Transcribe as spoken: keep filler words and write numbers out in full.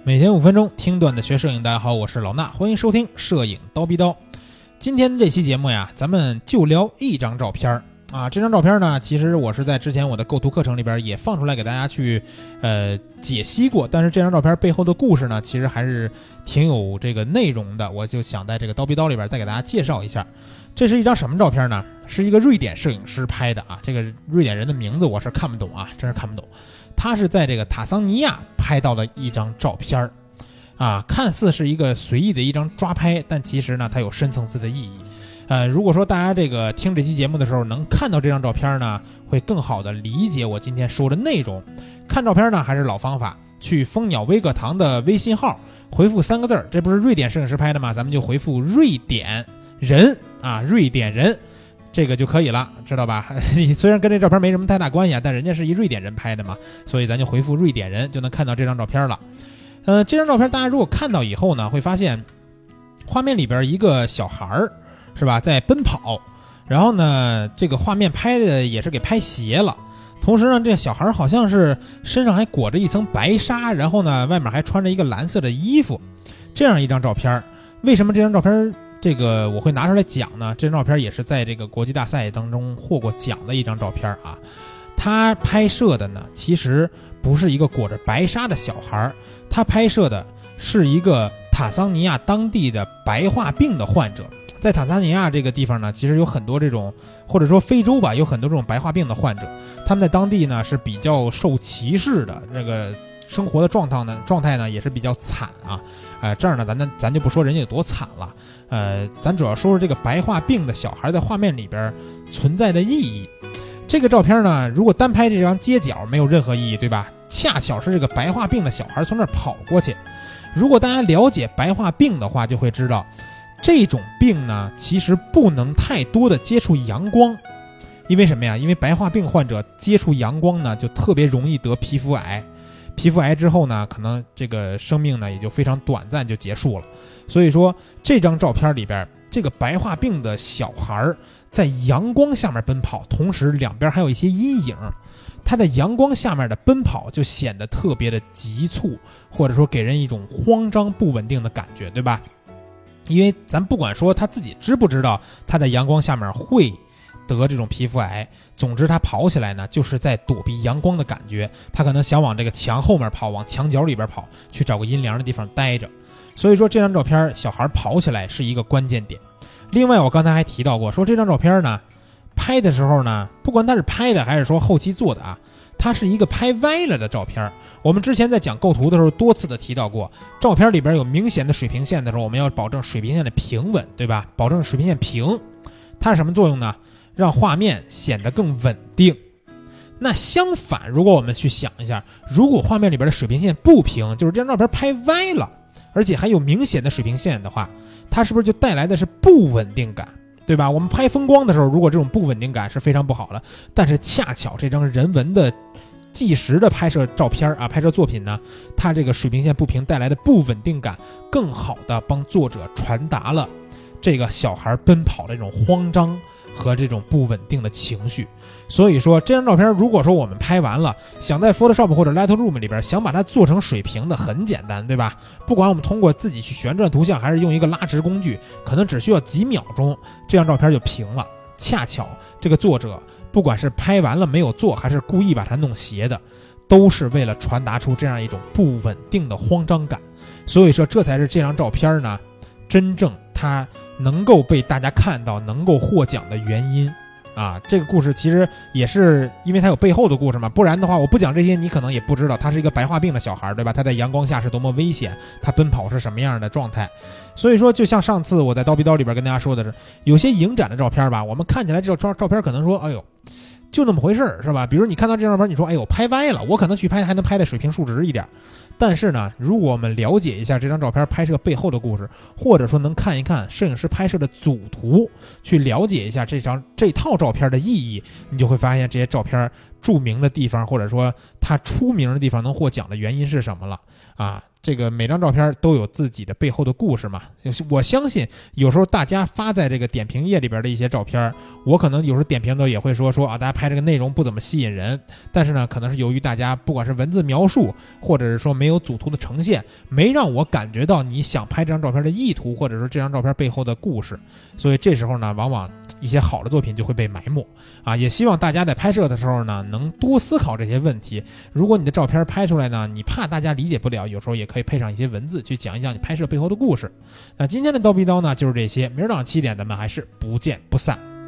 每天五分钟听段子学摄影，大家好，我是老衲，欢迎收听摄影刀逼刀。今天这期节目呀，咱们就聊一张照片啊。这张照片呢，其实我是在之前我的构图课程里边也放出来给大家去呃解析过，但是这张照片背后的故事呢，其实还是挺有这个内容的，我就想在这个刀逼刀里边再给大家介绍一下。这是一张什么照片呢？是一个瑞典摄影师拍的啊，这个瑞典人的名字我是看不懂啊，真是看不懂。他是在这个塔桑尼亚拍到的一张照片啊，看似是一个随意的一张抓拍，但其实呢，它有深层次的意义。呃，如果说大家这个听这期节目的时候能看到这张照片呢，会更好的理解我今天说的内容。看照片呢，还是老方法，去蜂鸟微课堂的微信号回复三个字儿，这不是瑞典摄影师拍的吗？咱们就回复瑞典人啊，瑞典人。这个就可以了，知道吧？虽然跟这照片没什么太大关系啊，但人家是一瑞典人拍的嘛，所以咱就回复瑞典人就能看到这张照片了。呃，这张照片大家如果看到以后呢，会发现画面里边一个小孩儿是吧，在奔跑，然后呢，这个画面拍的也是给拍斜了，同时呢，这个小孩好像是身上还裹着一层白纱，然后呢，外面还穿着一个蓝色的衣服，这样一张照片。为什么这张照片这个我会拿出来讲呢？这张照片也是在这个国际大赛当中获过奖的一张照片啊。他拍摄的呢，其实不是一个裹着白纱的小孩，他拍摄的是一个塔桑尼亚当地的白化病的患者。在塔桑尼亚这个地方呢，其实有很多这种，或者说非洲吧，有很多这种白化病的患者，他们在当地呢是比较受歧视的，这个生活的状态呢，状态呢也是比较惨啊。呃，这儿呢，咱咱咱就不说人家有多惨了，呃，咱主要说说这个白化病的小孩在画面里边存在的意义。这个照片呢，如果单拍这张街角没有任何意义，对吧？恰巧是这个白化病的小孩从那儿跑过去。如果大家了解白化病的话，就会知道，这种病呢，其实不能太多的接触阳光，因为什么呀？因为白化病患者接触阳光呢，就特别容易得皮肤癌。皮肤癌之后呢，可能这个生命呢也就非常短暂就结束了。所以说这张照片里边，这个白化病的小孩在阳光下面奔跑，同时两边还有一些阴影，他在阳光下面的奔跑就显得特别的急促，或者说给人一种慌张不稳定的感觉，对吧？因为咱不管说他自己知不知道他在阳光下面会得这种皮肤癌，总之他跑起来呢就是在躲避阳光的感觉，他可能想往这个墙后面跑，往墙角里边跑，去找个阴凉的地方待着。所以说这张照片小孩跑起来是一个关键点。另外我刚才还提到过，说这张照片呢拍的时候呢，不管他是拍的还是说后期做的啊，它是一个拍歪了的照片。我们之前在讲构图的时候多次的提到过，照片里边有明显的水平线的时候，我们要保证水平线的平稳，对吧？保证水平线平，它是什么作用呢？让画面显得更稳定。那相反，如果我们去想一下，如果画面里边的水平线不平，就是这张照片拍歪了，而且还有明显的水平线的话，它是不是就带来的是不稳定感，对吧？我们拍风光的时候，如果这种不稳定感是非常不好的，但是恰巧这张人文的纪实的拍摄照片啊，拍摄作品呢，它这个水平线不平带来的不稳定感，更好的帮作者传达了这个小孩奔跑的这种慌张和这种不稳定的情绪。所以说这张照片如果说我们拍完了，想在 Photoshop 或者 Lightroom 里边想把它做成水平的，很简单，对吧？不管我们通过自己去旋转图像，还是用一个拉直工具，可能只需要几秒钟，这张照片就平了。恰巧这个作者不管是拍完了没有做，还是故意把它弄斜的，都是为了传达出这样一种不稳定的慌张感。所以说这才是这张照片呢真正它能够被大家看到，能够获奖的原因啊。这个故事其实也是因为它有背后的故事嘛，不然的话我不讲这些你可能也不知道他是一个白化病的小孩，对吧？他在阳光下是多么危险，他奔跑是什么样的状态。所以说就像上次我在刀逼刀里边跟大家说的是，有些影展的照片吧，我们看起来这照照片可能说哎呦就那么回事是吧？比如你看到这张照片，你说哎呦拍歪了，我可能去拍还能拍的水平数值一点。但是呢，如果我们了解一下这张照片拍摄背后的故事，或者说能看一看摄影师拍摄的组图，去了解一下这张这套照片的意义，你就会发现这些照片著名的地方，或者说它出名的地方能获奖的原因是什么了啊。 这个每张照片都有自己的背后的故事嘛。我相信有时候大家发在这个点评页里边的一些照片，我可能有时候点评的也会说说啊，大家拍这个内容不怎么吸引人，但是呢，可能是由于大家不管是文字描述，或者是说没有组图的呈现，没让我感觉到你想拍这张照片的意图，或者说这张照片背后的故事，所以这时候呢，往往一些好的作品就会被埋没啊。也希望大家在拍摄的时候呢，能多思考这些问题。如果你的照片拍出来呢，你怕大家理解不了，有时候也可以配上一些文字去讲一讲你拍摄背后的故事。那今天的叨逼叨呢就是这些，明儿早上七点咱们还是不见不散。